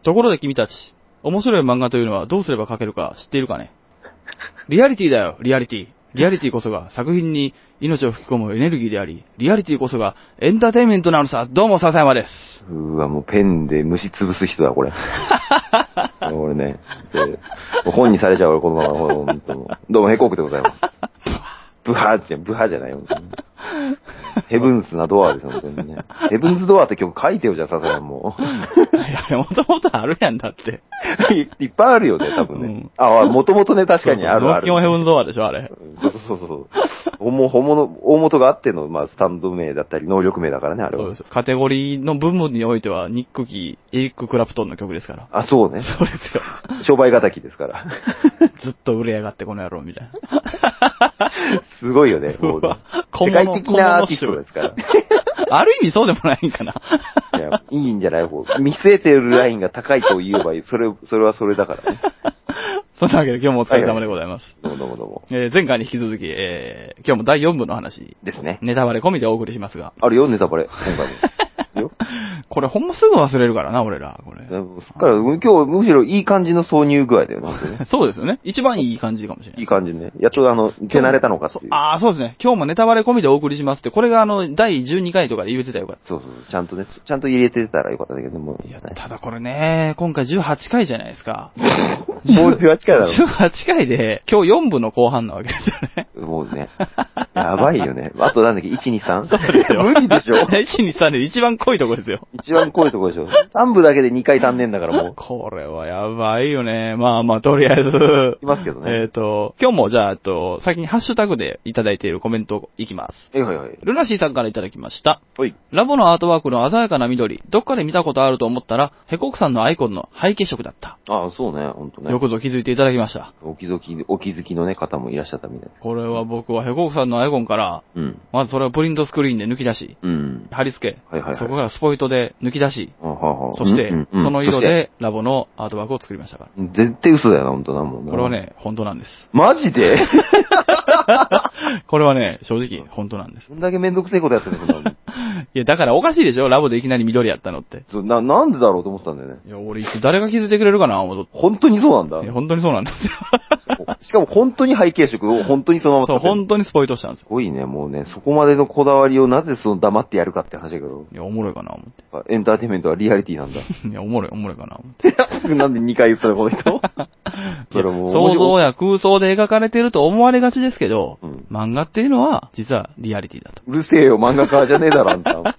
ところで君たち、面白い漫画というのはどうすれば描けるか知っているかね？リアリティだよ、リアリティ。リアリティこそが作品に命を吹き込むエネルギーであり、リアリティこそがエンターテインメントなのさ。どうも、笹山です。 もうペンで虫潰す人だ、これ。俺ね。本にされちゃう、俺、このまま。どうも、ヘコークでございます。ブハじゃないよ。ヘブンスなドアですよ、本当にね。ヘブンズドアって曲書いてよ、じゃあ、さすがにもう。 いや、もともとあるやんだって。 いっぱいあるよね、多分ね。もともとね、確かにある。 ノッキオンヘブンズドアでしょ、あれ。 そう。大元があっての、スタンド名だったり、能力名だからね、あれは。 そうです。カテゴリーの部分においては、ニックキー、エリック・クラプトンの曲ですから。 あ、そうね。 そうですよ。 商売敵ですから。 ずっと売れやがって、この野郎、みたいな。 すごいよね。もう世界的なアーティストですから。 ある意味そうでもないんかな。 いや、いいんじゃない方。見据えてるラインが高いと言えばいい。それはそれだからね。 そんなわけで今日もお疲れ様でございます。 どうも。 前回に引き続き、今日も第4部の話ですね。 ネタバレ込みでお送りしますが。 あるよ、ネタバレ。今回も。 これほんますぐ忘れるからな、俺ら。これ。 すっから今日むしろいい感じの挿入具合だよね。 そうですよね。一番いい感じかもしれない。 いい感じね。やっと手慣れたのかっていう。 そうですね。今日もネタバレ込みでお送りしますって、これが第12回とかで言えてたらよかった。 そう。ちゃんと入れてたらよかったんだけども。 いや、ただこれね、今回18回じゃないですか。 もう18回だろ。 18回で、今日4部の後半なわけですよね。 もうね。やばいよね。あとなんだっけ、1、2、3? そうですよ。 無理でしょ。 1、2、3で一番濃いとこですよ。 一番濃いとこでしょ。3部だけで2回足んねえんだからもう。 これはやばいよね。まあ、とりあえず。 いますけどね。 今日もじゃあ、先にハッシュタグでいただいているコメントいきます。 はい。 ルナシーさんからいただきました。 はい。 ラボのアートワークの鮮やかな緑、どっかで見たことあると思ったら、ヘコークさんのアイコンの背景色だった。 ああ、そうね、ほんとね。 よくぞ気づいていただきました。 お気づきのね、方もいらっしゃったみたいな。 これは僕はヘコークさんのアイコンから、まずそれをプリントスクリーンで抜き出し、貼り付け、そこからスポイトで抜き出し、そして、その色でラボのアートワークを作りましたから。 絶対嘘だよな、ほんとな、もう。 これはね、本当なんです。 マジでこれはね、正直、本当なんです。 どんだけめんどくせえことやってるのかな。 いや、だからおかしいでしょ、ラボでいきなり緑やったのって。 なんでだろうと思ってたんだよね。 いや、俺いつ誰が気づいてくれるかな、思うと。 本当にそうなんだ。 いや、本当にそうなんですよ。 しかも本当に背景色を本当にそのままそう、本当にスポイトしたんですよ。 すごいね、もうね、そこまでのこだわりをなぜ黙ってやるかって話だけど。 いや、おもろいかな、思って。エンターテインメントはリアリティなんだ。 いや、おもろいかな、思って。 なんで2回言ったの、この人。 それも想像や空想で描かれていると思われがちですけど、漫画っていうのは、実はリアリティだと。 うるせえよ、漫画家じゃねえだろ、あんた。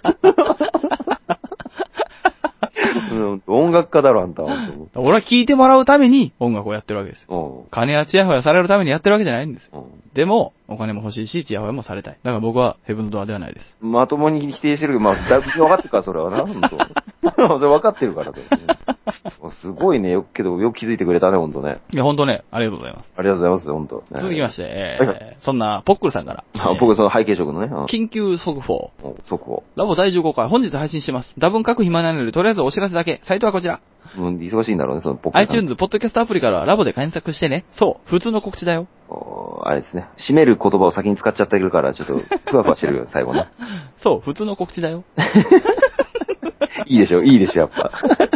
音楽家だろ、あんた。 俺は聴いてもらうために音楽をやってるわけですよ。金やチヤホヤされるためにやってるわけじゃないんですよ。でも、お金も欲しいし、チヤホヤもされたい。だから僕はヘブンズドアではないです。 まともに否定してるけど、だいぶ分かってるから、それはな、ほんと。それ分かってるからすごいね、よく気づいてくれたね、ほんとね。 いや、ほんとね、ありがとうございます。 ありがとうございます、ほんと。 続きまして、そんな、ポックルさんから。 僕、その背景色のね。 緊急速報。 速報。 ラボ第15回、本日配信してます。多分書く暇ないので、とりあえずお知らせだけ。サイトはこちら。 忙しいんだろうね、そのポックルさん。iTunes、ポッドキャストアプリからラボで検索してね。そう、普通の告知だよ。 あれですね。締める言葉を先に使っちゃってるから、ちょっと、ふわふわしてるよ、最後ね。 そう、普通の告知だよ。 いいでしょ、やっぱ。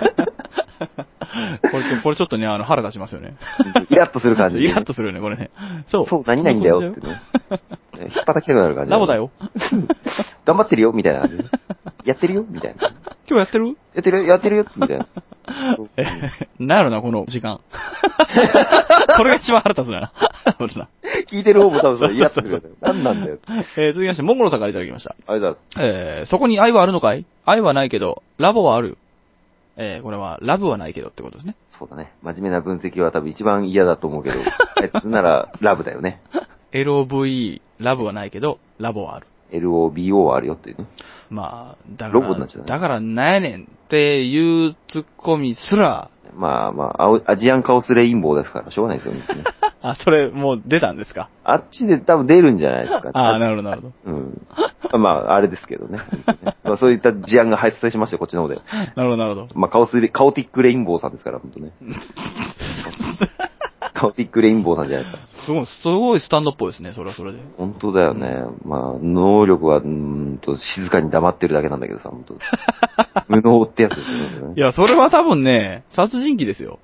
これちょっとね、腹立ちますよね。 イラッとする感じ。 イラッとするよね、これね。そう、 何々だよってね。引っ叩きたくなる感じ。 ラボだよ。 頑張ってるよ、みたいな感じ。やってるよ、みたいな。 今日やってるやってるよ、みたいな。 なんやろな、この時間。これが一番腹立つな。 聞いてる方も多分それイラッとするよね。何なんだよ。 続きまして、モンゴロさんからいただきました。 ありがとうございます。そこに愛はあるのかい？愛はないけど、ラボはある。これは、ラブはないけどってことですね。 そうだね。真面目な分析は多分一番嫌だと思うけど、なら、ラブだよね。 LOVE、ラブはないけど、ラボはある。 LOBO はあるよっていうね。 まあ、だから、 ロボになっちゃうね。 だからなんやねんっていうツッコミすら、 まあ、アジアンカオスレインボーですから、しょうがないですよね。 あ、それもう出たんですか？ あっちで多分出るんじゃないですか。 あ、なるほど、なるほど。まあ、あれですけどね。そういった事案が発生しまして、こっちの方で。 なるほど、なるほど。 まあ、カオティックレインボーさんですから、ほんとね。 カオティックレインボーなんじゃないですか。 すごいスタンドっぽいですね、それはそれで。 本当だよね。まあ、能力は、静かに黙ってるだけなんだけどさ、本当無能ってやつですよね。 いや、それは多分ね、殺人鬼ですよ。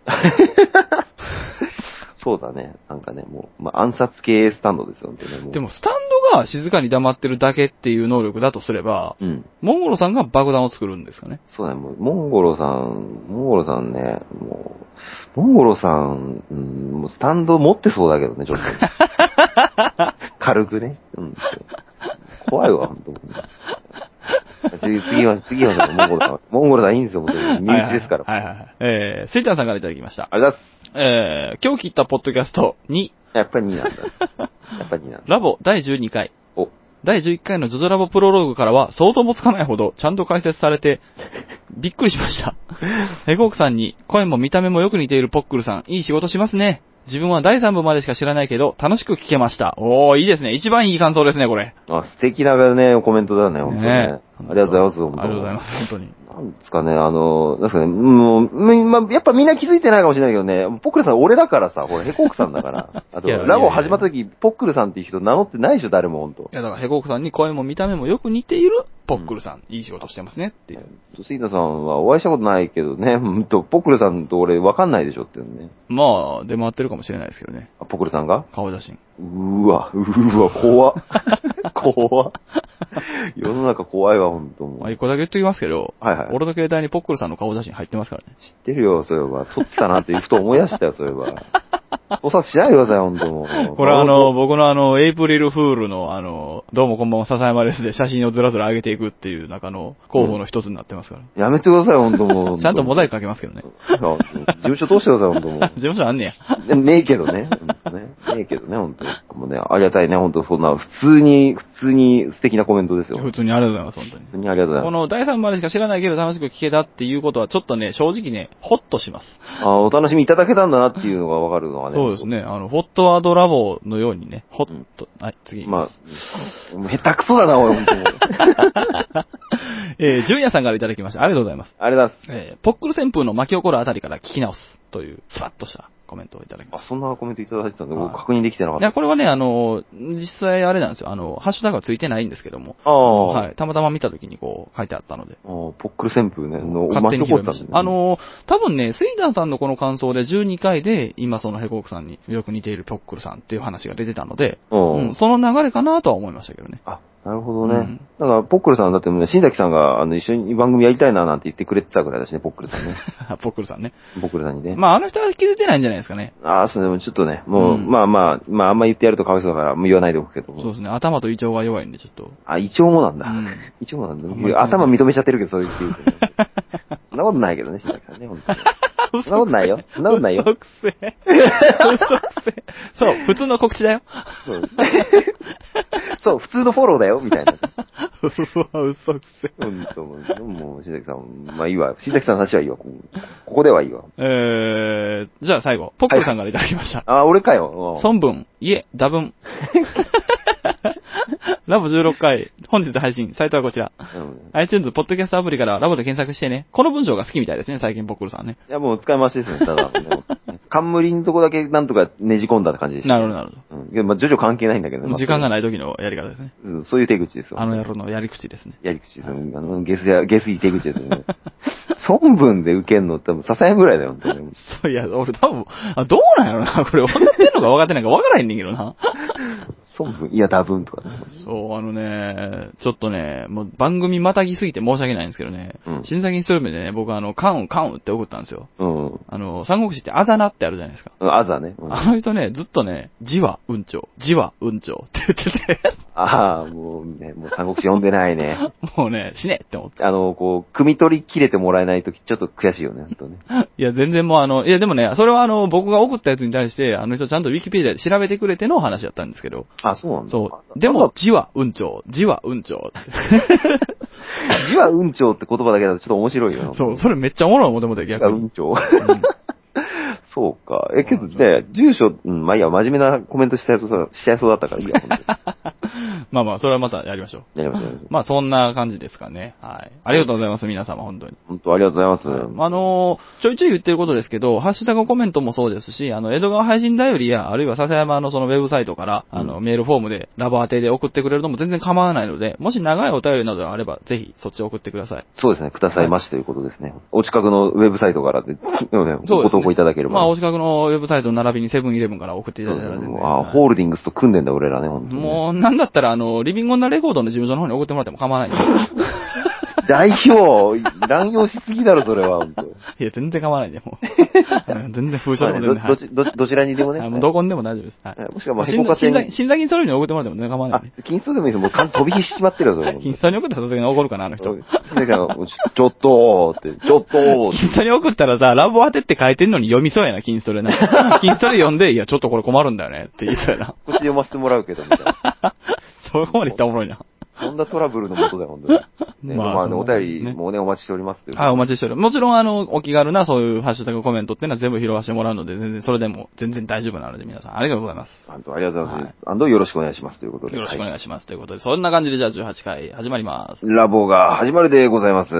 そうだね。なんかね、もう、まあ、暗殺系スタンドですよ、本当ね。もうでも、スタンドが静かに黙ってるだけっていう能力だとすれば、 うん。 モンゴロさんが爆弾を作るんですかね。 そうだね、もう、モンゴロさんね、もう、モンゴロさん、もうスタンド持ってそうだけどね、ちょっと。軽くね。うん。怖いわ、本当に。次は、モンゴルさんいいんですよ、本当に。身内ですから。 はいはい。スイタンさんからいただきました。 ありがとうございます。 今日切ったポッドキャスト2。 やっぱり2なんだ。やっぱり2なんだ。 ラボ第12回。 お。 第11回のジョジョラボプロローグからは想像もつかないほどちゃんと解説されて、びっくりしました。ヘコークさんに声も見た目もよく似ているポックルさん、いい仕事しますね。自分は第3部までしか知らないけど、楽しく聞けました。おー、いいですね。一番いい感想ですね、これ。 あ、素敵なね、コメントだね、本当にね。ありがとうございます、本当ありがとうございます、本当に。 なんですかね、なんですかね、もう、まあ、やっぱみんな気づいてないかもしれないけどね、ポックルさん俺だからさ、ほら、ヘコークさんだから。あと、ラボ始まった時、ポックルさんっていう人名乗ってないでしょ、誰も本当。 いや、だからヘコークさんに声も見た目もよく似ているポックルさん、いい仕事してますね、っていう。 スイータさんはお会いしたことないけどね、ポックルさんと俺分かんないでしょっていうね。 まあ、出回ってるかもしれないですけどね。 ポックルさんが顔写真。 うわ、怖っ。怖っ。世の中怖いわ、ほんともう。 まあ、一個だけ言っときますけど、 はいはい。 俺の携帯にポックルさんの顔写真入ってますからね。 知ってるよ、そういえば。撮ってたなってふと思い出したよ、そういえば。お察しないでください、ほんともう。 これ僕のエイプリルフールのどうもこんばんは、笹山ですで写真をずらずら上げていくっていう中の候補の一つになってますから。 やめてください、ほんともう。 ちゃんとモザイクかけますけどね。 事務所通してください、ほんともう。 事務所あんねや。ねえけどね。ねえけどね、ほんとに。もうね、ありがたいね、ほんと、そんな、普通に素敵なコメントですよ。 普通にありがとうございます、本当に。 普通にありがとうございます。 この第3までしか知らないけど楽しく聞けたっていうことはちょっとね、正直ね、ホッとします。 お楽しみいただけたんだなっていうのがわかるのはね。 そうですね。ホットワードラボのようにね、ホット、はい、次。 まあ、下手くそだな、俺、ほんとに。 ジュンヤさんからいただきました。ありがとうございます。 ありがとうございます。 ポックル旋風の巻き起こるあたりから聞き直すという、スラッとしたコメントをいただきました。 そんなコメントいただいてたんで、僕確認できてなかった。 いや、これはね、実際あれなんですよ。ハッシュタグはついてないんですけども。はい。たまたま見た時にこう、書いてあったので。 ポックル旋風ね、 勝手に拾いました。 ね、 多分ね、スイダンさんのこの感想で12回で、今そのヘコークさんによく似ているポックルさんっていう話が出てたので、その流れかなとは思いましたけどね。 なるほどね。だから、ポックルさんだってね、新崎さんが、一緒に番組やりたいななんて言ってくれてたぐらいだしね、ポックルさんね。 ポックルさんね。 ポックルさんにね。 まあ、あの人は気づいてないんじゃないですかね。 そうでもちょっとね、もう、まあ、あんま言ってやるとかわいそうだから、もう言わないでおくけども。 そうですね、頭と胃腸が弱いんで、ちょっと。 胃腸もなんだ。胃腸もなんだ。頭認めちゃってるけど、そういうって言うとね。そんなことないけどね、新崎さんね、本当に。そんなことないよ。そんなことないよ。 嘘くせえ。そう、普通の告知だよ。 そう、普通のフォローだよ、みたいな。 嘘くせえ。 もう、新崎さん、まあいいわ。新崎さんの話はいいわ。ここではいいわ。 じゃあ最後、ポックルさんからいただきました。 俺かよ。 孫文、打文。ラボ16回、本日配信、サイトはこちら。iTunes、ポッドキャストアプリからラボで検索してね。この文章が好きみたいですね、最近ポックルさんね。 いや、もう使い回しですね、ただ。冠のとこだけなんとかねじ込んだ感じでした。 なるほど。 まあ、徐々関係ないんだけどね。時間がない時のやり方ですね。 そういう手口ですよ。 野郎のやり口ですね。 やり口です。ゲスい手口ですね。孫文で受けんの多分、笹山ぐらいだよ、本当に。 そういや、俺多分、どうなんやろな、これ、分かってんのか分かってないか分からへんねんけどな。 孫文、いや、多分とかね。 そう、ちょっとね、もう番組またぎすぎて申し訳ないんですけどね、新崎にする目でね、僕カウンって送ったんですよ。三国志ってあざなってあるじゃないですか。 あざね。 あの人ね、ずっとね、字は運長って言ってて。 もうね、もう三国志読んでないね。 もうね、死ねって思って。 こう、汲み取り切れてもらえないとき、ちょっと悔しいよね、本当ね。 いや、全然もういや、でもね、それは僕が送ったやつに対して、人ちゃんとウィキペディアで調べてくれての話だったんですけど。 そうなんだ。 そう。でも、字は運長って。 字は運長って言葉だけだとちょっと面白いよ。 そう、それめっちゃおもろいもともと逆に。 運長。そうか。けどね、住所、まあいいや、真面目なコメントしちゃいそうだったからいいや、 まあまあ、それはまたやりましょう。 やりましょう。 まあ、そんな感じですかね。はい。ありがとうございます、皆様、本当に。 本当ありがとうございます。 ちょいちょい言ってることですけど、ハッシュタグコメントもそうですし、江戸川配信だよりや、あるいは笹山のそのウェブサイトから、メールフォームで、ラボ宛てで送ってくれるのも全然構わないので、もし長いお便りなどがあれば、ぜひ、そっち送ってください。 そうですね、くださいましということですね。お近くのウェブサイトからで、ご投稿いただければ。 まあ、お近くのウェブサイト並びにセブンイレブンから送っていただいたら全然。 ホールディングスと組んでんだ、俺らね、本当に。 もう、なんだったら、リビングオンナレコードの事務所の方に送ってもらっても構わないんで。 代表、乱用しすぎだろ、それは、本当。 いや、全然構わないんで、もう。全然封書でも全然。 どちらにでもね。 どこにでも大丈夫です。 はい。もしくは、まあ、 新座金ソリに送ってもらっても全然構わない。 金層でもいいです。もう飛び火しちまってるよ、それ。 金層に送ったらさすがに怒るかな、あの人。 ちょっとって、 金層に送ったらさ、ラボ当てって書いてんのに読みそうやな、金層でな。金層で読んで、いや、ちょっとこれ困るんだよね、って言いそうやな。 こっち読ませてもらうけど、みたいな。 そこまで言ったらおもろいな。 そんなトラブルのもとだよ、本当に。ね、まあ、お便りもね、お待ちしておりますはい、お待ちしております。もちろん、お気軽なそういうハッシュタグコメントっていうのは全部拾わせてもらうので、全然、それでも全然大丈夫なので、皆さん、ありがとうございます。 ありがとうございます。よろしくお願いしますということで。 よろしくお願いしますということで、そんな感じで、じゃあ18回始まります。 ラボが始まるでございます。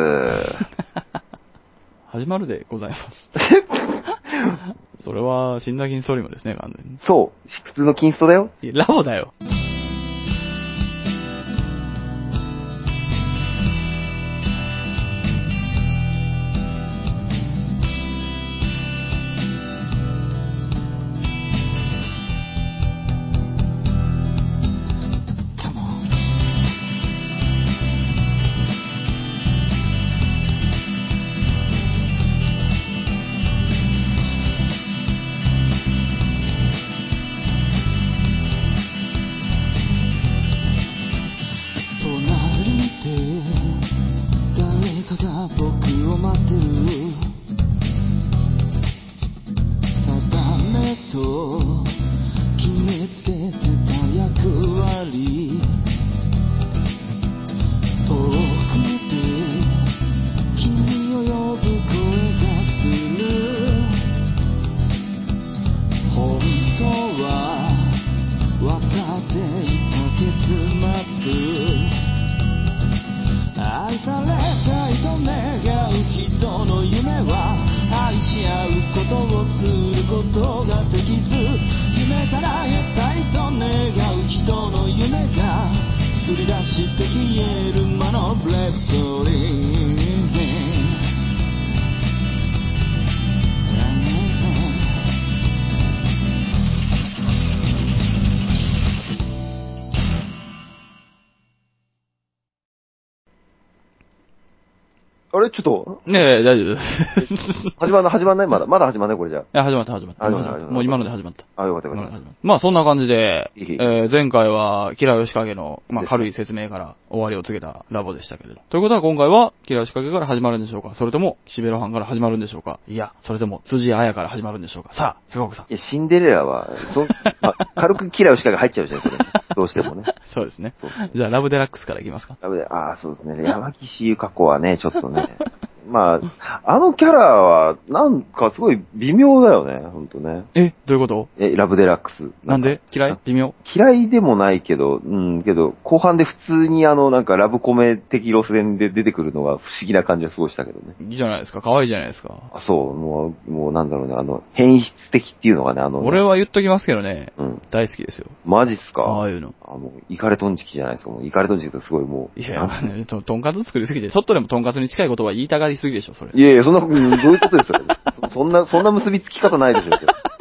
始まるでございます。それは、新座金ソリもですね、完全に。 そう。普通の金ストだよ。 ラボだよ。 あれちょっと。 ねえ、大丈夫です。 始まんないまだ始まんないこれじゃあ。 いや、始まった。もう今ので始まった。 あ、よかったよかった。 まあそんな感じで、前回は、キラヨシカゲの、まあ軽い説明から終わりを告げたラボでしたけれど。ということは今回は、キラヨシカゲから始まるんでしょうか、それとも、シベロハンから始まるんでしょうか、いや、それとも、辻彩から始まるんでしょうか。さあ、ヘココさん。 いや、シンデレラは、軽くキラヨシカゲ入っちゃうじゃん、それ。どうしてもね。 そうですね。じゃあ、ラブデラックスからいきますか。 そうですね。山岸優香子はね、ちょっとね。まあ、あのキャラは、なんかすごい微妙だよね、ほんとね。 どういうこと？ ラブデラックス。 なんで？嫌い？微妙？ 嫌いでもないけど、けど、後半で普通になんかラブコメ的路線で出てくるのが不思議な感じはすごいしたけどね。 いいじゃないですか、可愛いじゃないですか。 そう、もうなんだろうね、変質的っていうのがね、 俺は言っときますけどね、大好きですよ。 マジっすか？ ああいうの。 イカレトンチキじゃないですか、もうイカレトンチキってすごいもう。 いや、とんかつ作りすぎて、ちょっとでもとんかつに近い言葉言いたがりすぎでしょ、それ。 いや、そんな、どういうことですよ。そんな結びつき方ないでしょ。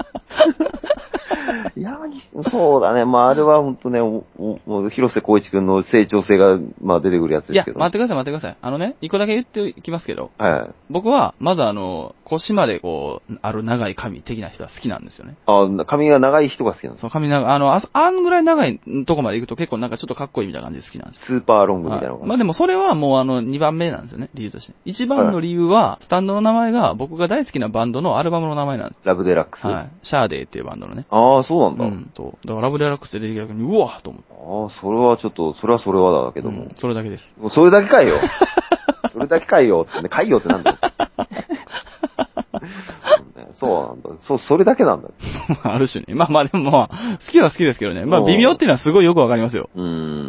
そうだね。まあ、あれは本当ね、広瀬光一くんの成長性が、まあ、出てくるやつですけど。 いや、待ってください。一個だけ言っていきますけど。 はい。 僕は、まず腰まである長い髪的な人は好きなんですよね。 髪が長い人が好きなんです。 そう、髪長い、あんぐらい長いとこまで行くと結構なんかちょっとかっこいいみたいな感じで好きなんです。 スーパーロングみたいなのが。 まあでもそれはもう2番目なんですよね、理由として。一番の理由は、スタンドの名前が僕が大好きなバンドのアルバムの名前なんです。 ラブデラックス。 はい。シャーデーっていうバンドのね。 ああ、そうなんだ。 そう。だからラブデラックスで出てきた時に、うわぁと思って。 それはちょっと、それはだけども。 それだけです。 それだけかいよ。それだけかいよってね、かいよってなんだよ。そうなんだ。それだけなんだ。 ある種ね。まあでも好きは好きですけどね。まあ微妙っていうのはすごいよくわかりますよ。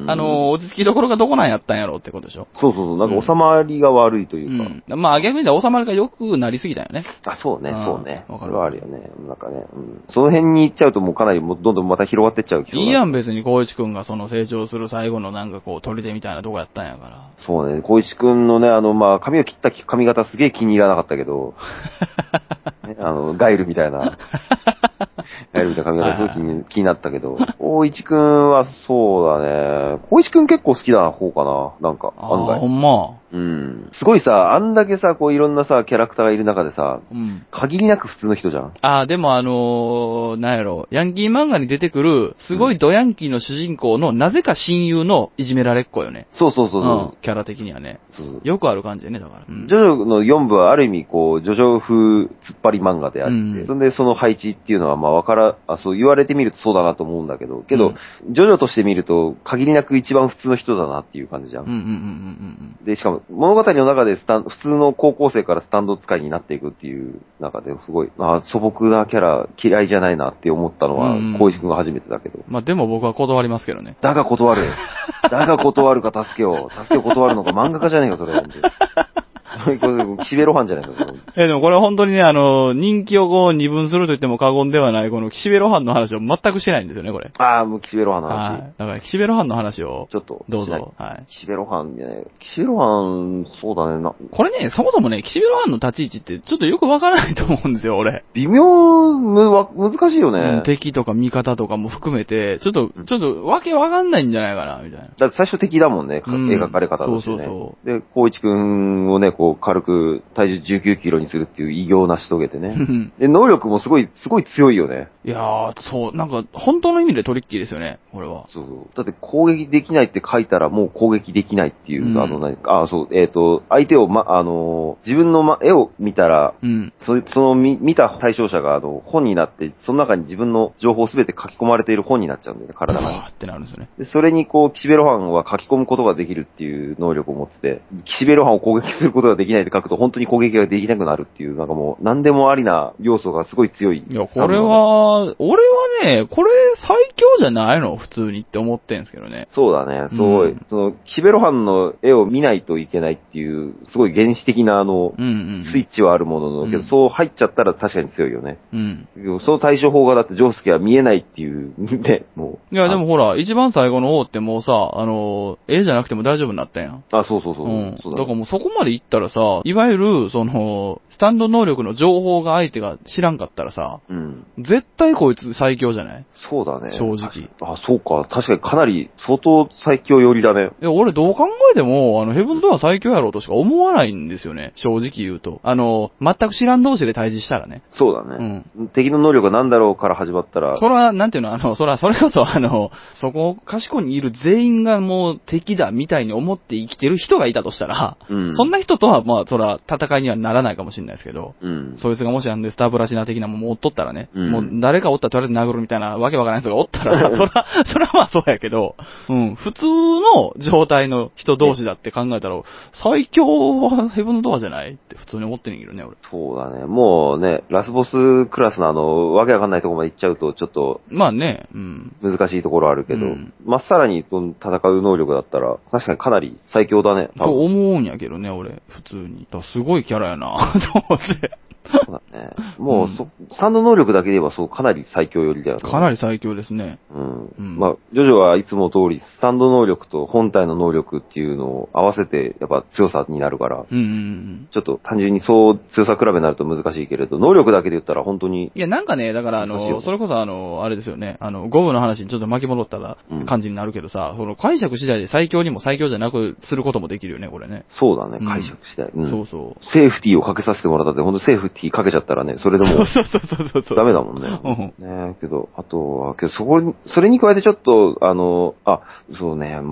落ち着きどころがどこなんやったんやろってことでしょ。 そうそうそう。なんか収まりが悪いというか。 まあ逆に言ったら収まりが良くなりすぎたよね。 あ、そうね、そうね。 わかる。 それはあるよね。なんかね、その辺に行っちゃうともうかなりどんどんまた広がってっちゃう気が。 いいやん、別に光一くんがその成長する最後のなんかこう、砦みたいなとこやったんやから。 そうね、光一くんのね、まあ、髪を切った髪型すげえ気に入らなかったけど、ね、ガイルみたいな。ガイルみたいな髪型すごい気になったけど、光一くんはそうだね。光一くん結構好きな方かな。なんか、案外。 ほんま。 すごいさ、あんだけさ、こういろんなさ、キャラクターがいる中でさ、限りなく普通の人じゃん。 でもなんやろ、ヤンキー漫画に出てくる、すごいドヤンキーの主人公の、なぜか親友のいじめられっ子よね。 そうそうそうそう、 キャラ的にはね。よくある感じでね、だから。 ジョジョの4部はある意味、こう、ジョジョ風突っ張り漫画であって、そんでその配置っていうのは、まあそう言われてみるとそうだなと思うんだけど、ジョジョとして見ると、限りなく一番普通の人だなっていう感じじゃん。で、しかも、物語の中で普通の高校生からスタンド使いになっていくっていう中ですごい、素朴なキャラ嫌いじゃないなって思ったのは、光一くんが初めてだけど。 まあでも僕は断りますけどね。 だが断るか助けを断るのか漫画家じゃねえか、それ。これ、岸辺露伴じゃないですか。 でもこれは本当にね、人気をこう二分すると言っても過言ではない、この岸辺露伴の話を全くしてないんですよね、これ。 もう岸辺露伴の話。 はい。だから岸辺露伴の話を。ちょっと。どうぞ。 はい。岸辺露伴ね。岸辺露伴、そうだね。 これね、そもそもね、岸辺露伴の立ち位置ってちょっとよくわからないと思うんですよ、俺。 微妙、難しいよね。 敵とか味方とかも含めて、ちょっとわけわかんないんじゃないかな、みたいな。 だって最初敵だもんね、描かれ方としてね。そう。で、光一くんをね、こう、軽く体重19キロにするっていう偉業を成し遂げてね。で、能力もすごい強いよね。 いやー、そう、なんか、本当の意味でトリッキーですよね、これは。 そう。だって攻撃できないって書いたらもう攻撃できないっていう、相手を自分の絵を見たら、その見た対象者が本になって、その中に自分の情報すべて書き込まれている本になっちゃうんだよね、体が。 ってなるんですよね。 で、それにこう、岸辺露伴は書き込むことができるっていう能力を持ってて、岸辺露伴を攻撃することができないって書くと本当に攻撃ができなくなるっていう、なんかもう、何でもありな要素がすごい強い。 いや、これは、俺はね、これ最強じゃないの普通にって思ってんすけどね。 そうだね、すごい。その、岸辺露伴の絵を見ないといけないっていう、すごい原始的なスイッチはあるものの、けど、そう入っちゃったら確かに強いよね。その対処法がだって、ジョウスケは見えないっていう、ね、もう。 いや、でもほら、一番最後の王ってもうさ、絵じゃなくても大丈夫になったやん。 そう。 だからもうそこまで行ったらさ、いわゆる、スタンド能力の情報が相手が知らんかったらさ、絶対こいつ最強じゃない？ そうだね。 正直。 そうか。確かにかなり相当最強寄りだね。 いや、俺どう考えても、ヘブンドア最強やろうとしか思わないんですよね。正直言うと。全く知らん同士で対峙したらね。 そうだね。敵の能力が何だろうから始まったら。 それは、なんていうの、それこそそこ、賢にいる全員がもう敵だみたいに思って生きてる人がいたとしたら、そんな人とは、まあ、そら、戦いにはならないかもしれないですけど、そいつがもしスターブラシナ的なもん持っとったらね、もう誰かおったらとりあえず殴るみたいなわけわからない人がおったら、そらまあそうやけど、普通の状態の人同士だって考えたら、最強はヘブンドアじゃないって普通に思ってんねんけどね、俺。 そうだね。もうね、ラスボスクラスのわけわかんないところまで行っちゃうと、ちょっと、 まあね、 難しいところあるけど、まっさらに戦う能力だったら、確かにかなり最強だね。 と思うんやけどね、俺、普通に。すごいキャラやなと思って。 そうだね。もう、スタンド能力だけで言えば、かなり最強寄りだよね。 かなり最強ですね。 まあ、ジョジョはいつも通り、スタンド能力と本体の能力っていうのを合わせて、やっぱ強さになるから、ちょっと単純にそう強さ比べになると難しいけれど、能力だけで言ったら本当に。 いや、なんかね、だからそれこそあれですよね、ゴムの話にちょっと巻き戻ったら感じになるけどさ、その解釈次第で最強にも最強じゃなくすることもできるよね、これね。 そうだね、解釈次第。 そうそう。 セーフティーをかけさせてもらったって、本当セーフティーかけちゃったらね、それでも、ダメだもんね。ねけど、あとは、それに加えてちょっと、そうね、もう、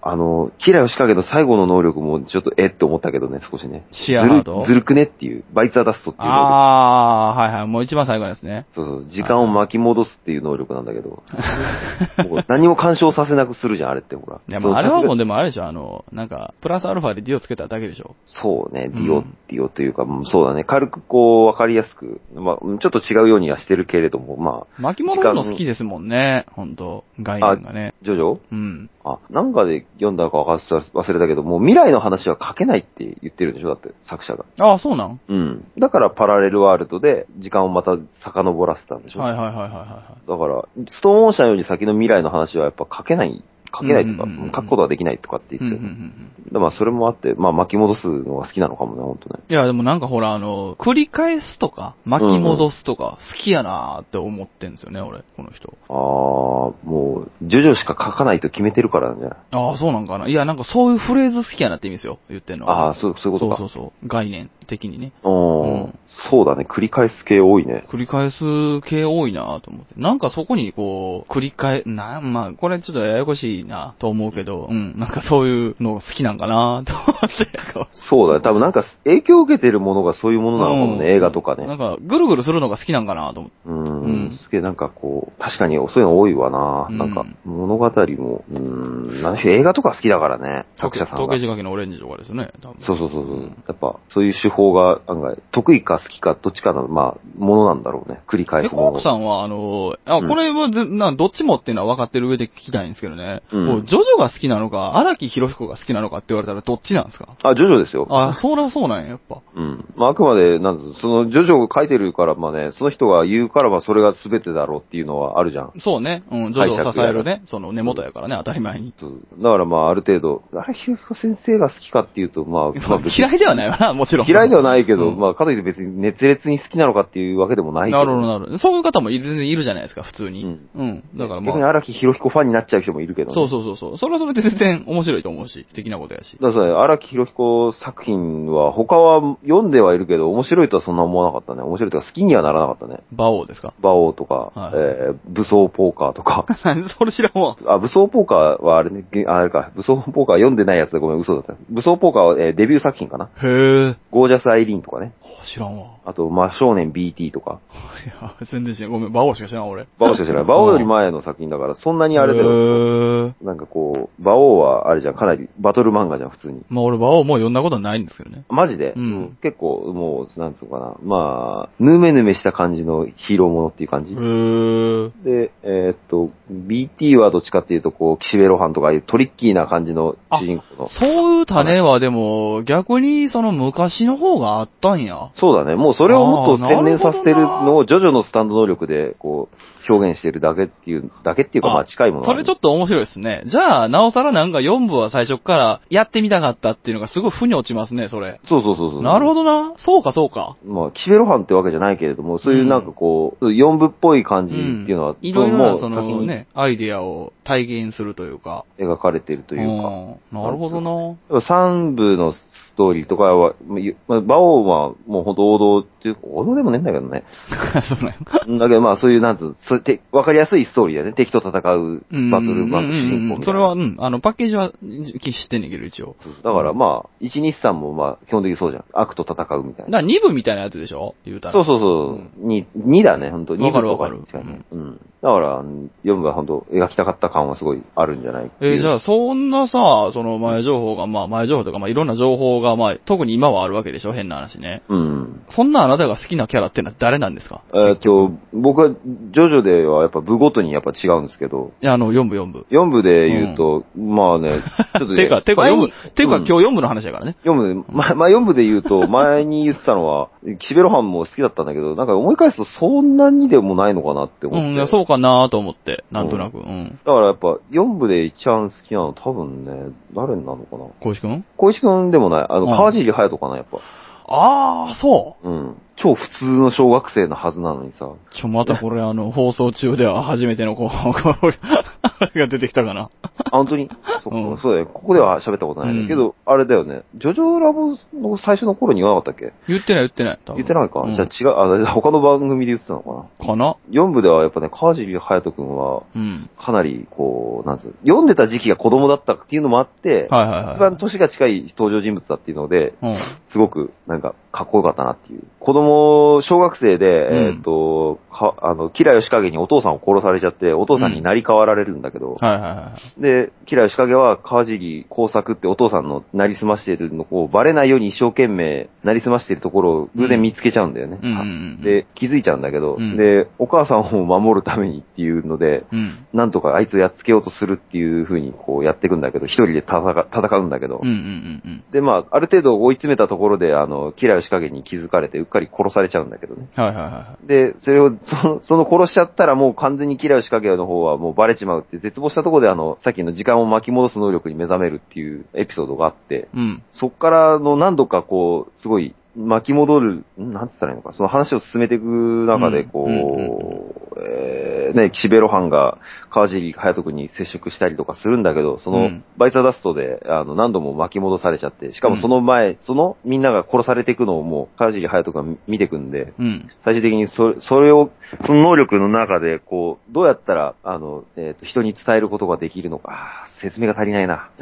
キラヨシカゲの最後の能力もちょっとって思ったけどね、少しね。 シアハートずるくねっていう、バイツアダストっていう能力。 はいはい、もう一番最後ですね。 そう、時間を巻き戻すっていう能力なんだけど。もう何も干渉させなくするじゃん、あれってほら。 いや、あれはもうでもあれでしょ、なんか、プラスアルファでディオつけただけでしょ。 そうね、ディオというか、そうだね、軽くこう、わかりやすく、ちょっと違うようにはしてるけれども、 巻き戻るの好きですもんね、ほんと、概念がね。 ジョジョ？ うん。 なんかで読んだか忘れたけど、もう未来の話は書けないって言ってるでしょ、だって作者が。 そうなん？ うん。だからパラレルワールドで時間をまた遡らせたんでしょ。 はい。だから、ストーンオーシャンより先の未来の話はやっぱ書けないとか、書くことができないとかって言ってた。それもあって、巻き戻すのが好きなのかもね、ほんとね。 いや、でもなんかほら、繰り返すとか、巻き戻すとか、好きやなーって思ってんですよね、俺、この人。 もう、ジョジョしか書かないと決めてるからなんじゃない？ そうなんかな。いや、なんかそういうフレーズ好きやなって意味ですよ、言ってんのは。 そういうことか。 そう。概念的にね。 そうだね、繰り返す系多いね。 繰り返す系多いなと思って。なんかそこにこう、これちょっとややこしいなと思うけど、なんかそういうの好きなんかなと思って。 そうだね、多分なんか影響を受けてるものがそういうものなのかもね、映画とかね。 なんか、ぐるぐるするのが好きなんかなと思って。 すげえなんかこう、確かにそういうの多いわな。なんか、物語も、映画とか好きだからね、作者さんが。 東京仕掛けのオレンジとかですね、多分。 そう。やっぱ、そういう手法が案外、得意か好きかどっちかの、ものなんだろうね。繰り返すもの。 コークさんは、これはどっちもっていうのは分かってる上で聞きたいんですけどね。ジョジョが好きなのか、荒木博彦が好きなのかって言われたらどっちなんですか？ ジョジョですよ。 そうなんや、やっぱ。 あくまで、その、ジョジョが書いてるから、その人が言うから、それが全てだろうっていうのはあるじゃん。 そうね。ジョジョを支えるね、その根元やからね、当たり前に。 だからある程度、荒木博彦先生が好きかっていうと、 嫌いではないわな、もちろん。 嫌いではないけど、かといって別に熱烈に好きなのかっていうわけでもないけど。 なるほど。そういう方も全然いるじゃないですか、普通に。だから逆に荒木博彦ファンになっちゃう人もいるけどね。 そう。それはそれで全然面白いと思うし、素敵なことやし。 だから荒木博彦作品は、他は読んではいるけど、面白いとはそんな思わなかったね。面白いとか好きにはならなかったね。 馬王ですか？ 馬王とか、武装ポーカーとか。 それ知らんわ。 武装ポーカーはあれね、武装ポーカー読んでないやつでごめん、嘘だった。武装ポーカーは、デビュー作品かな。 へえ。 ゴージャスアイリーンとかね。 知らんわ。 あと、少年 BT とか。 いや、全然知らん。ごめん、馬王しか知らん、俺。 馬王しか知らない。馬王より前の作品だから、そんなにあれだよ。なんかこう、馬王はあれじゃん、かなりバトル漫画じゃん、普通に。 俺馬王もう読んだことはないんですけどね。 マジで？結構、もう、なんつうのかな。ぬめぬめした感じのヒーローものっていう感じ。で、BT はどっちかっていうと、こう、岸辺露伴とかいうトリッキーな感じの主人公の。 そういう種はでも、逆にその昔の方があったんや。 そうだね。もうそれをもっと洗練させてるのを、ジョジョのスタンド能力で、こう、表現してるだけっていうか、近いもの。 それちょっと面白いですね。じゃあ、なおさらなんか4部は最初からやってみたかったっていうのがすごい腑に落ちますね、それ。 そう。 なるほどな。そうか。 岸辺露伴ってわけじゃないけれども、そういうなんかこう、4部っぽい感じっていうのは、 いろいろなそのね、アイデアを体現するというか。 描かれてるというか。 なるほどな。 3部のストーリーとかは、馬王はもうほんと王道っていう、王道でもねえんだけどね。 そうなんだけどそういう、なんつう、わかりやすいストーリーだよね。敵と戦うバトルバンク主人公みたいな。 それは、パッケージは知ってんねんけど、一応。 だから1、2、3も基本的にそうじゃん。悪と戦うみたいな。 だから2部みたいなやつでしょ言うたら。 そう。2だね、ほんと。2部とか。 わかる。 だから、4部はほんと描きたかった感はすごいあるんじゃないじゃあ、そんなさ、その前情報が、前情報とか、いろんな情報が、特に今はあるわけでしょ変な話ね。そんなあなたが好きなキャラってのは誰なんですか？ 僕は、ジョジョではやっぱ部ごとにやっぱ違うんですけど。 いや、4部。 4部で言うと、ちょっとね。 てか今日4部の話だからね。 4部で言うと、前に言ってたのは、岸辺露伴も好きだったんだけど、なんか思い返すとそんなにでもないのかなって思って。 そうかなと思って、なんとなく。だからやっぱ、4部で一番好きなの多分ね、誰なのかな？ 小石くんでもない。川尻隼人かな、やっぱ。 そう。 超普通の小学生のはずなのにさ。 またこれ放送中では初めてのが出てきたかな。 あ、本当にそっか、そうだよ。ここでは喋ったことないんだけど、あれだよね。ジョジョラボの最初の頃に言わなかったっけ？ 言ってない。 言ってないか。じゃあ違う、他の番組で言ってたのかな。4部ではやっぱね、川尻隼人くんは、かなり、こう、なんつう、読んでた時期が子供だったっていうのもあって、一番年が近い登場人物だっていうので、すごく、なんか、かっこよかったなっていう。子供、小学生で、キラヨシカゲにお父さんを殺されちゃって、お父さんに成り代わられるんだけど、で、キラヨシカゲは川尻工作ってお父さんの成りすましているのをバレないように一生懸命成りすましているところを偶然見つけちゃうんだよね。で、気づいちゃうんだけど、で、お母さんを守るためにっていうので、なんとかあいつをやっつけようとするっていう風にこうやっていくんだけど、一人で戦うんだけど、で、まあ、ある程度追い詰めたところで、キラヨシカゲに気づかれてうっかり殺されちゃうんだけどね。で、それを、その殺しちゃったらもう完全にキラヨシカゲの方はもうバレちまうって絶望したところでさっきの時間を巻き戻す能力に目覚めるっていうエピソードがあって、そっからの何度かこう、すごい巻き戻る、なんつったらいいのか、その話を進めていく中で、こう、ね、岸辺露伴が川尻隼人君に接触したりとかするんだけど、その、バイサーダストで、何度も巻き戻されちゃって、しかもその前、みんなが殺されていくのをもう、川尻隼人君が見てくんで、最終的にそれを、その能力の中で、こう、どうやったら、人に伝えることができるのか、説明が足りないな。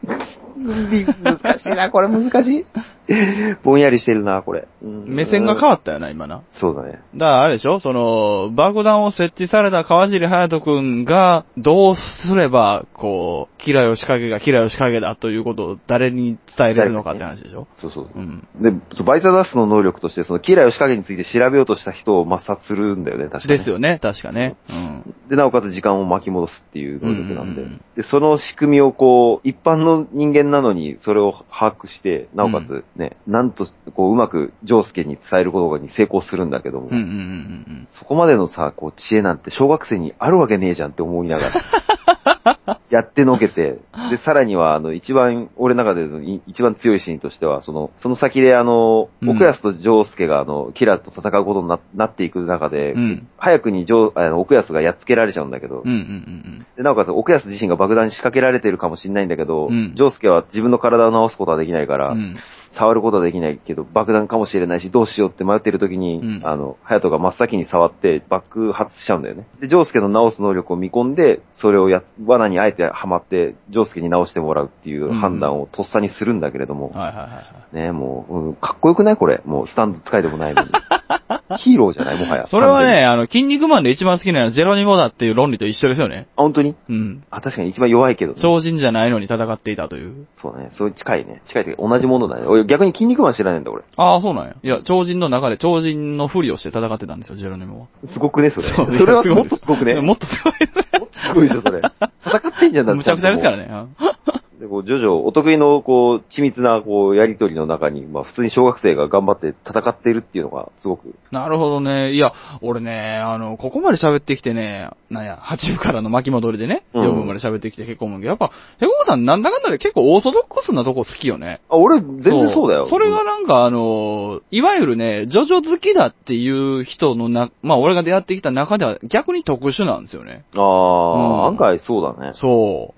難しいな、これ難しい。ぼんやりしてるな、これ。 目線が変わったよな、今な。 そうだね。 だからあれでしょ爆弾を設置された川尻隼人くんが、どうすれば、こう、キラヨシカゲがキラヨシカゲだということを誰に伝えれるのかって話でしょ。 そう。で、バイサダストの能力として、そのキラヨシカゲについて調べようとした人を抹殺するんだよね、確かに。 ですよね、確かね。 で、なおかつ時間を巻き戻すっていう能力なんで。で、その仕組みをこう、一般の人間なのに、それを把握して、なおかつね、なんと、こう、うまく、ジョウスケに伝えることに成功するんだけども、そこまでのさ、こう、知恵なんて小学生にあるわけねえじゃんって思いながら、やってのけて、で、さらには、一番、俺の中での一番強いシーンとしては、その先で奥安とジョウスケがキラと戦うことになっていく中で、早くに奥安がやっつけられちゃうんだけど、で、なおかつ奥安自身が爆弾に仕掛けられてるかもしれないんだけど、ジョウスケは自分の体を直すことはできないから、触ることはできないけど、爆弾かもしれないし、どうしようって迷ってる時に、隼人が真っ先に触って爆発しちゃうんだよね。で、ジョウスケの直す能力を見込んで、それを罠にあえてはまって、ジョウスケに直してもらうっていう判断をとっさにするんだけれども、ね、もう、かっこよくないこれ。もうスタンド使いでもないのに。ヒーローじゃないもはや。 それはね、筋肉マンで一番好きなのはゼロニモだっていう論理と一緒ですよね。 あ、本当に？確かに一番弱いけど、ね。 超人じゃないのに戦っていたという。 そうだね。そう近いね。近いというか同じものだね。俺逆に筋肉マン知らないんだ俺。 ああ、そうなんや。いや、超人の中で超人のふりをして戦ってたんですよ、ゼロニモは。 すごくね、それ。それはもっとすごくね。 もっとすごいですね。 もっとすごいでしょ、それ。戦ってんじゃんだって。 むちゃくちゃですからね。 で、こう、ジョジョ、お得意の、こう、緻密な、こう、やりとりの中に、まあ、普通に小学生が頑張って戦っているっていうのが、すごく。 なるほどね。いや、俺ね、ここまで喋ってきてね、8部からの巻き戻りでね、4部まで喋ってきて結構思うけど、やっぱ、ヘココさんなんだかんだで結構オーソドックスなとこ好きよね。 あ、俺、全然そうだよ。 それがなんかいわゆるね、ジョジョ好きだっていう人のまあ、俺が出会ってきた中では逆に特殊なんですよね。 案外そうだね。 そう。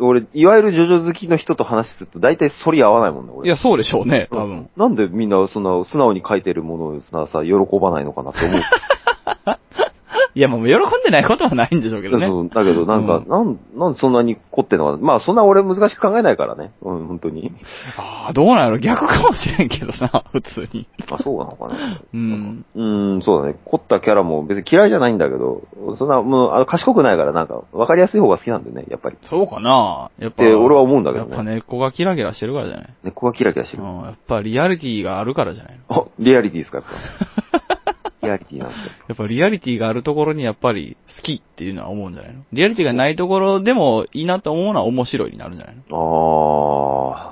俺、いわゆるジョジョ好きの人と話すると大体反り合わないもんね、俺。 いや、そうでしょうね、多分。 なんでみんなそんな素直に書いてるものをさ、喜ばないのかなって思う。 いや、もう喜んでないことはないんでしょうけどね。 そう、だけどなんか、なんでそんなに凝ってんのかな。まあ、そんな俺難しく考えないからね。本当に。 ああ、どうなんやろ、逆かもしれんけどな、普通に。 あ、そうなのかね。そうだね。凝ったキャラも別に嫌いじゃないんだけど、そんな、もう、賢くないからなんか、わかりやすい方が好きなんだよね、やっぱり。 そうかなやっぱ。 って俺は思うんだけどね。 やっぱ根っこがキラキラしてるからじゃない？ 根っこがキラキラしてる。 やっぱリアリティがあるからじゃないの？ あ、リアリティですか、やっぱ。リアリティなんですよ。 やっぱリアリティがあるところにやっぱり好きっていうのは思うんじゃないの？リアリティがないところでもいいなと思うのは面白いになるんじゃないの？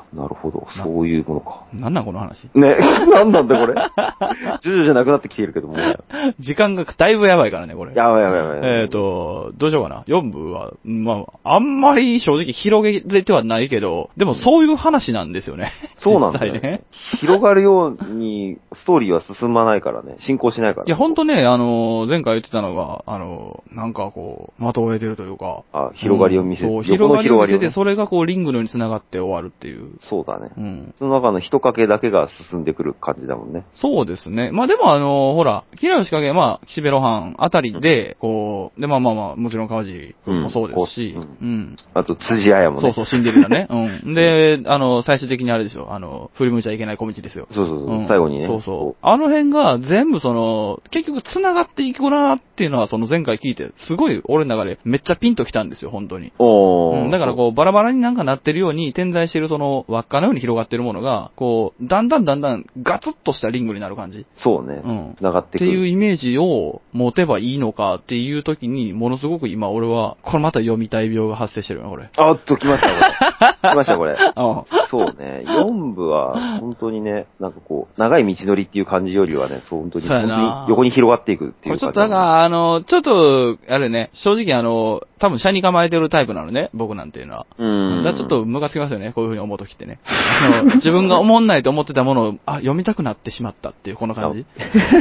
なるほど。そういうものか。 なんなんこの話。 ね、なんなんだこれ。ジョジョじゃなくなってきているけども。 時間がだいぶやばいからね、これ。 やばいやばいやばい。 どうしようかな。4部は、まあ、あんまり正直広げれてはないけど、でもそういう話なんですよね。 そうなんだよ実際ね。 広がるように、ストーリーは進まないからね。進行しないから、ね。 いや、ほんとね、前回言ってたのが、なんかこう、的を得てるというか。 広がりを見せて、 そう、広がりを見せて、それがこう、リングのように繋がって終わるっていう。 そうだね。 うん。 その中の一かけだけが進んでくる感じだもんね。 そうですね。まあでもほら、キラヨシカゲ、まあ、岸辺露伴あたりで、こう、で、まあ、もちろん川尻君もそうですし、 あと、辻彩もね。 そう、シンデレラね。うん。で、最終的にあれでしょ、振り向いちゃいけない小道ですよ。 そう、最後にね。 そう。あの辺が全部結局繋がっていくなーっていうのは、前回聞いて、すごい俺の中でめっちゃピンときたんですよ、本当に。だからこう、バラバラになんかなってるように、点在してる輪っかのように広がってるものが、こう、だんだんガツッとしたリングになる感じ。 そうね。繋がってくる。 っていうイメージを持てばいいのかっていう時に、ものすごく今俺は、これまた読みたい病が発生してるよ、これ。 来ました、これ。来ました、これ。そうね。4部は、本当にね、なんかこう、長い道のりっていう感じよりはね、本当に横に広がっていくっていう感じ。 これちょっとだから、ちょっと、あれね、正直多分車に構えてるタイプなのね、僕なんていうのは。だからちょっとムカつきますよね、こういう風に思うときってね。自分が思んないと思ってたものを、読みたくなってしまったっていう、この感じ。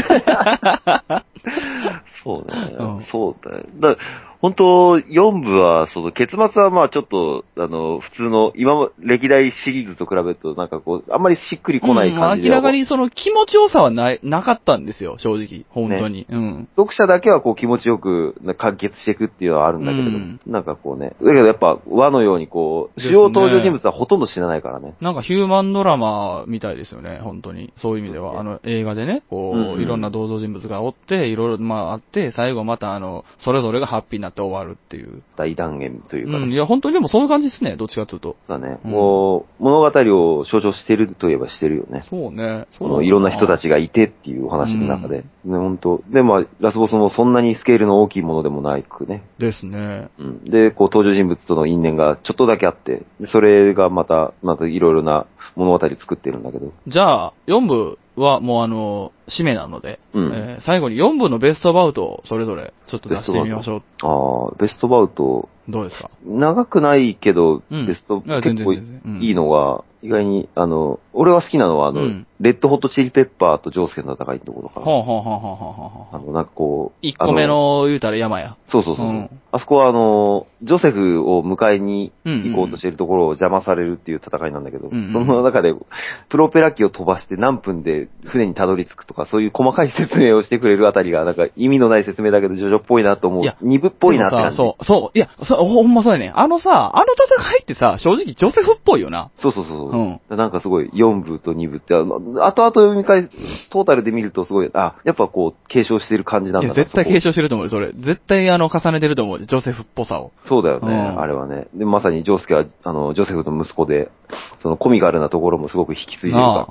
そうね。そうだね。本当、4部は、結末はまあちょっと、普通の、歴代シリーズと比べると、なんかこう、あんまりしっくりこない感じで。 明らかに気持ちよさはなかったんですよ、正直。本当に。 読者だけはこう気持ちよく完結していくっていうのはあるんだけれども、なんかこうね、だけどやっぱ和のようにこう、主要登場人物はほとんど知らないからね。 なんかヒューマンドラマみたいですよね、本当に。そういう意味では。映画でね、こう、いろんな登場人物がおって、いろいろあって、最後またそれぞれがハッピーになって終わるっていう。 大断言というかね。 いや、本当にでもそういう感じですね、どっちかというと。 だね。もう、物語を象徴してるといえばしてるよね。 そうね。 いろんな人たちがいてっていうお話の中で。ね、本当で、まあ、ラスボスもそんなにスケールの大きいものでもないくね。 ですね。 で、こう、登場人物との因縁がちょっとだけあって、それがまたいろいろな物語作ってるんだけど。 じゃあ、4部はもう締めなので、最後に4部のベストバウトをそれぞれちょっと出してみましょう。ベストバウト。 どうですか？ 長くないけど、ベスト、結構いいのが、意外に、俺は好きなのは、レッドホットチリペッパーとジョースケの戦いってところかな。なんかこう、 1個目の言うたら山や。 そう。あそこはジョセフを迎えに行こうとしているところを邪魔されるっていう戦いなんだけど、その中で、プロペラ機を飛ばして何分で船にたどり着くとか、そういう細かい説明をしてくれるあたりが、なんか意味のない説明だけど、ジョジョっぽいなと思う。2部っぽいなって感じ。 そう。いや、ほんまそうやね。戦いってさ、正直ジョセフっぽいよな。 そう。なんかすごい、4部と2部って、後々読み返す、トータルで見るとすごい、やっぱこう、継承してる感じなんだな。 いや、絶対継承してると思うよ、それ。絶対重ねてると思う、ジョセフっぽさを。 そうだよね、あれはね。で、まさにジョースケは、ジョセフの息子で、そのコミカルなところもすごく引き継いでるから。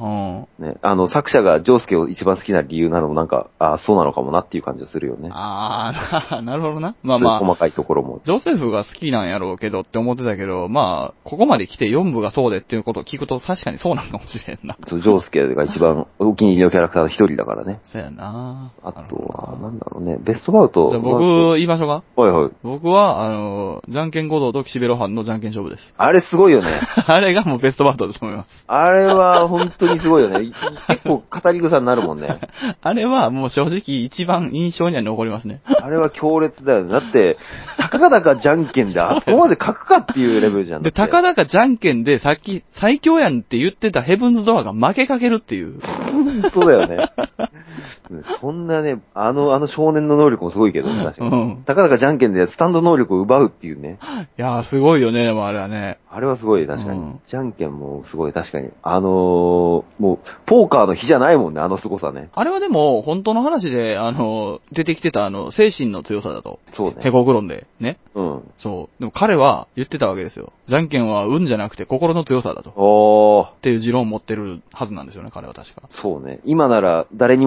ね、作者がジョースケを一番好きな理由なのもなんか、そうなのかもなっていう感じがするよね。 なるほどな。 まあ。細かいところも。 ジョセフが好きなんやろうけどって思ってたけど、まあ、ここまで来て4部がそうでっていうことを聞くと確かにそうなのかもしれんな。 ジョースケが一番お気に入りのキャラクターの一人だからね。 そうやな。 あとは、なんだろうね、ベストバウト。 じゃあ僕、言いましょうか。 はい。 僕は、じゃんけん五道と岸辺露伴のじゃんけん勝負です。 あれすごいよね。 あれがもうベストバウトだと思います。 あれは本当にすごいよね。結構語り草になるもんね。 あれはもう正直一番印象には残りますね。 あれは強烈だよね。だって、たかだかじゃんけんであそこまで書くかっていうレベルじゃん。 で、たかだかじゃんけんでさっき最強やんって言ってたヘブンズドアが負けかけるっていう。 そうだよね。そんなね、あの少年の能力もすごいけど、確かに。たかだかじゃんけんでスタンド能力を奪うっていうね。 いやーすごいよね、でもあれはね。 あれはすごい、確かに。じゃんけんもすごい、確かに。もう、ポーカーの日じゃないもんね、あの凄さね。 あれはでも、本当の話で、出てきてた精神の強さだと。 そうね。 ヘコクロンで、ね。 そう。 でも彼は言ってたわけですよ。じゃんけんは運じゃなくて心の強さだと。っていう持論を持ってるはずなんですよね、彼は確か。 そうね。今なら誰にも負けない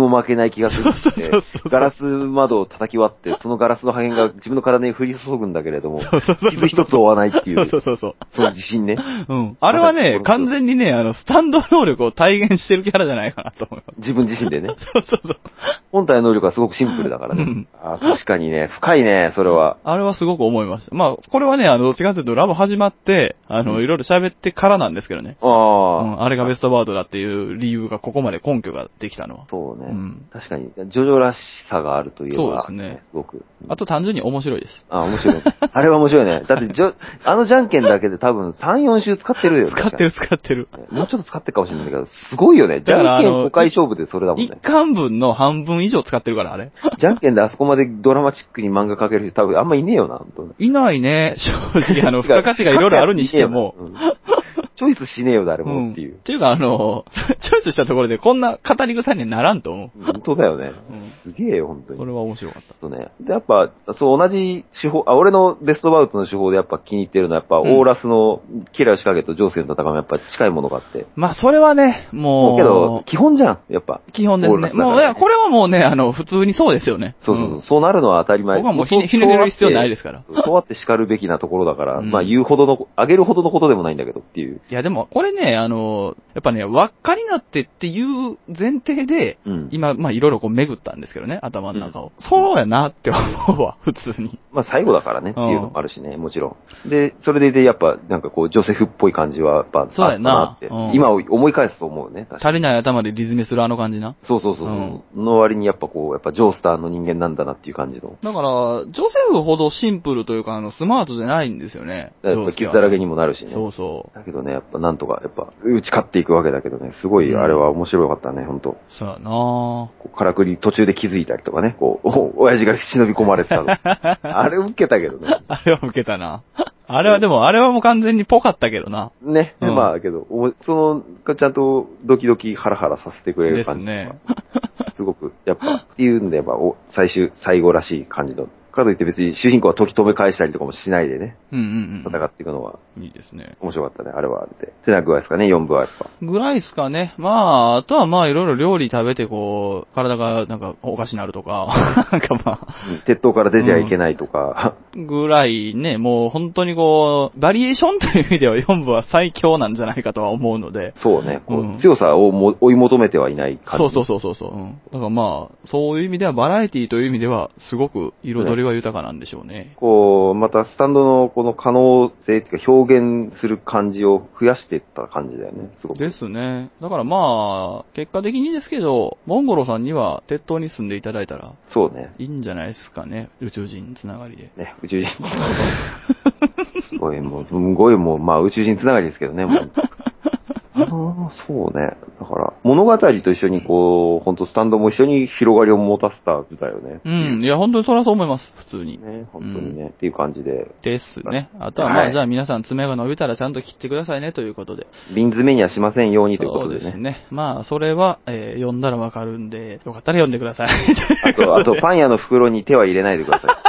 ない気がするって、ガラス窓を叩き割って、そのガラスの破片が自分の体に降り注ぐんだけれども、傷一つ負わないっていう、その自信ね。 うん。あれはね、完全にね、スタンド能力を体現してるキャラじゃないかなと思います。 自分自身でね。 そうそうそう。 本体の能力はすごくシンプルだからね。うん、確かにね、深いね、それは。 あれはすごく思いました。まあ、これはね、どっちかというとラボ始まって、いろいろ喋ってからなんですけどね。あれがベストバードだっていう理由が、ここまで根拠ができたのは。 そうね。確かに、ジョジョらしさがあるというそうですね。 すごく。 あと単純に面白いです。 面白い。あれは面白いね。だって、じゃんけんだけで多分3、4周使ってるよね。 使ってる。 もうちょっと使ってるかもしれないけど、すごいよね。じゃんけん5回勝負でそれだもんね。 1巻分の半分以上使ってるから、あれ。 じゃんけんであそこまでドラマチックに漫画描ける人多分あんまいねえよな、本当に。 いないね。正直、付加価値がいろいろあるにしても。 チョイスしねえよ、誰もっていう。 っていうか、チョイスしたところでこんな語り草にはならんと思う。 本当だよね。すげえよ、本当に。 これは面白かった。 そうね。で、やっぱ、そう、同じ手法、俺のベストバウトの手法でやっぱ気に入ってるのは、やっぱ、オーラスのキラー仕掛けとジョースケの戦いもやっぱ近いものがあって。 まあ、それはね、もう。 けど、基本じゃん、やっぱ。 基本ですね。もう、いや、これはもうね、普通にそうですよね。 そうなるのは当たり前です。 僕はもうひねれる必要ないですから。 そうあって叱るべきなところだから、まあ、あげるほどのことでもないんだけどっていう。 いや、でも、これね、やっぱね、輪っかになってっていう前提で、今、まあ、いろいろこう巡ったんですけどね、頭の中を。そうやなって思うわ、普通に。 まあ、最後だからねっていうのもあるしね、もちろん。で、それでやっぱ、なんかこう、ジョセフっぽい感じは、やっぱ、 そうやな。 今思い返すと思うね、 確かに。足りない頭でリズメするあの感じな。 そう。の割にやっぱこう、やっぱジョースターの人間なんだなっていう感じの。 だから、ジョセフほどシンプルというか、スマートじゃないんですよね。 やっぱ傷だらけにもなるしね。 そう。 だけどね、やっぱなんとか、やっぱ、打ち勝っていくわけだけどね、すごい、あれは面白かったね、ほんと。 そうやなからくり途中で気づいたりとかね、こう、親父が忍び込まれてたの。あれ受けたけどね。 あれは受けたな。あれはもう完全にぽかったけどな。 ね、まあけど、ちゃんとドキドキハラハラさせてくれる感じ。ですね。すごく、やっぱ、っていうんで、まあ、最後らしい感じの。かといって別に主人公は時止め返したりとかもしないでね。戦っていくのは。 いいですね。 面白かったね。あれはあれで。ってな具合ですかね、4部はやっぱ。 ぐらいですかね。まあ、あとはまあいろいろ料理食べてこう、体がなんかおかしになるとか、なんかまあ。 鉄塔から出ちゃいけないとか。 ぐらいね、もう本当にこう、バリエーションという意味では4部は最強なんじゃないかとは思うので。 そうね。強さを追い求めてはいない感じ。 そう。だからまあ、そういう意味ではバラエティという意味では、すごく彩りは豊かなんでしょうね。 こう、またスタンドのこの可能性っていうか表現する感じを増やしていった感じだよね、すごく。 ですね。だからまあ、結果的にですけど、モンゴロさんには鉄塔に住んでいただいたら、 そうね。 いいんじゃないですかね、宇宙人つながりで。 ね、宇宙人つながりで。すごいもう、まあ宇宙人つながりですけどね、もう。そうね。だから、物語と一緒にこう、本当スタンドも一緒に広がりを持たせたんだよね。 いや、本当にそれはそう思います、普通に。 ね、本当にね、っていう感じで。 ですね。あとはまあ、じゃあ皆さん爪が伸びたらちゃんと切ってくださいねということで。 瓶詰めにはしませんようにということでね。 そうですね。まあ、それは、読んだらわかるんで、よかったら読んでください。 あと、パン屋の袋に手は入れないでください。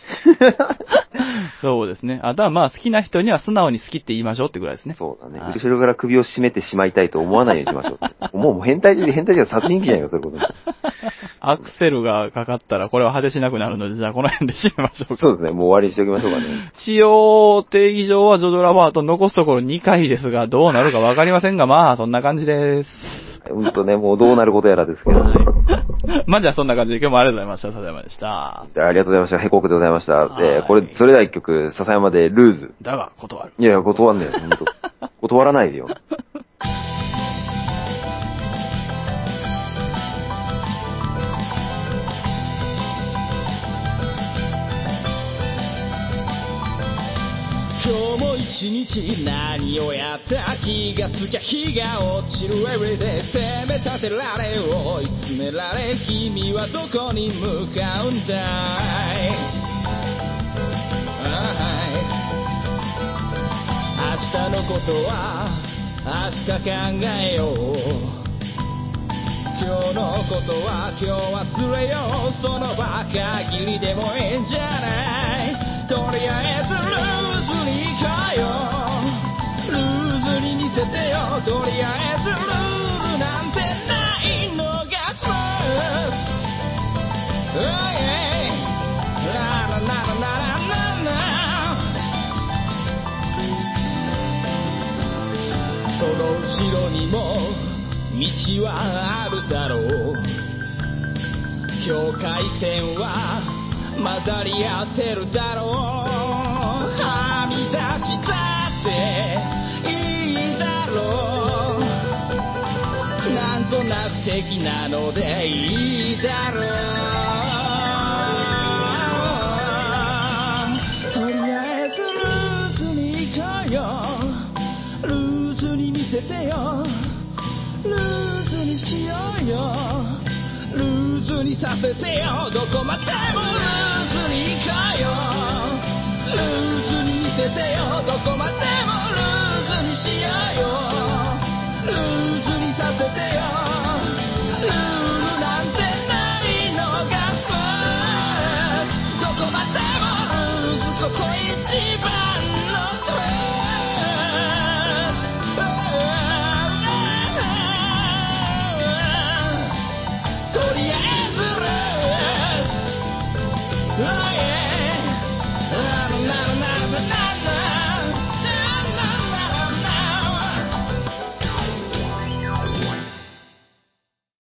そうですね。あとはまあ好きな人には素直に好きって言いましょうってぐらいですね。 そうだね。後ろから首を絞めてしまいたいと思わないようにしましょう。もう変態じゃ殺人鬼じゃないか、そういうこと。 アクセルがかかったらこれは果てしなくなるので、じゃあこの辺で締めましょうか。 そうですね。もう終わりにしておきましょうかね。 一応、定義上はジョジョラバート残すところ2回ですが、どうなるかわかりませんが、まあそんな感じです。 もうどうなることやらですけど。 まあじゃあそんな感じで今日もありがとうございました。笹山でした。 ありがとうございました。ヘコークでございました。それでは一曲、笹山でルーズ。 だが、断る。 いや、断んねえよ、ほんと。断らないでよ。 今日も一日何をやった気がつきゃ日が落ちる Everyday 責め立てられ追い詰められ君はどこに向かうんだい、明日のことは明日考えよう、今日のことは今日忘れよう、その場限りでもいいんじゃない、とりあえずルーズに行こうよ、ルーズに見せてよ、とりあえずルールなんてないのがスムースその後ろにも道はあるだろう。境界線は混ざり合ってるだろう。はみ出したっていいだろう。なんとなく敵なのでいいだろう。とりあえずルーズに行こうよ。ルーズに見せてよ。ルーズにしようよ。ルーズにさせてよ。どこまでもルーズに行こうよ。ルーズに見せてよ。どこまでもルーズにしようよ。ルーズにさせてよ。ルールなんてないのがスポーツ。どこまでもルーズ。ここ一番のトレーとりあえずルーズ。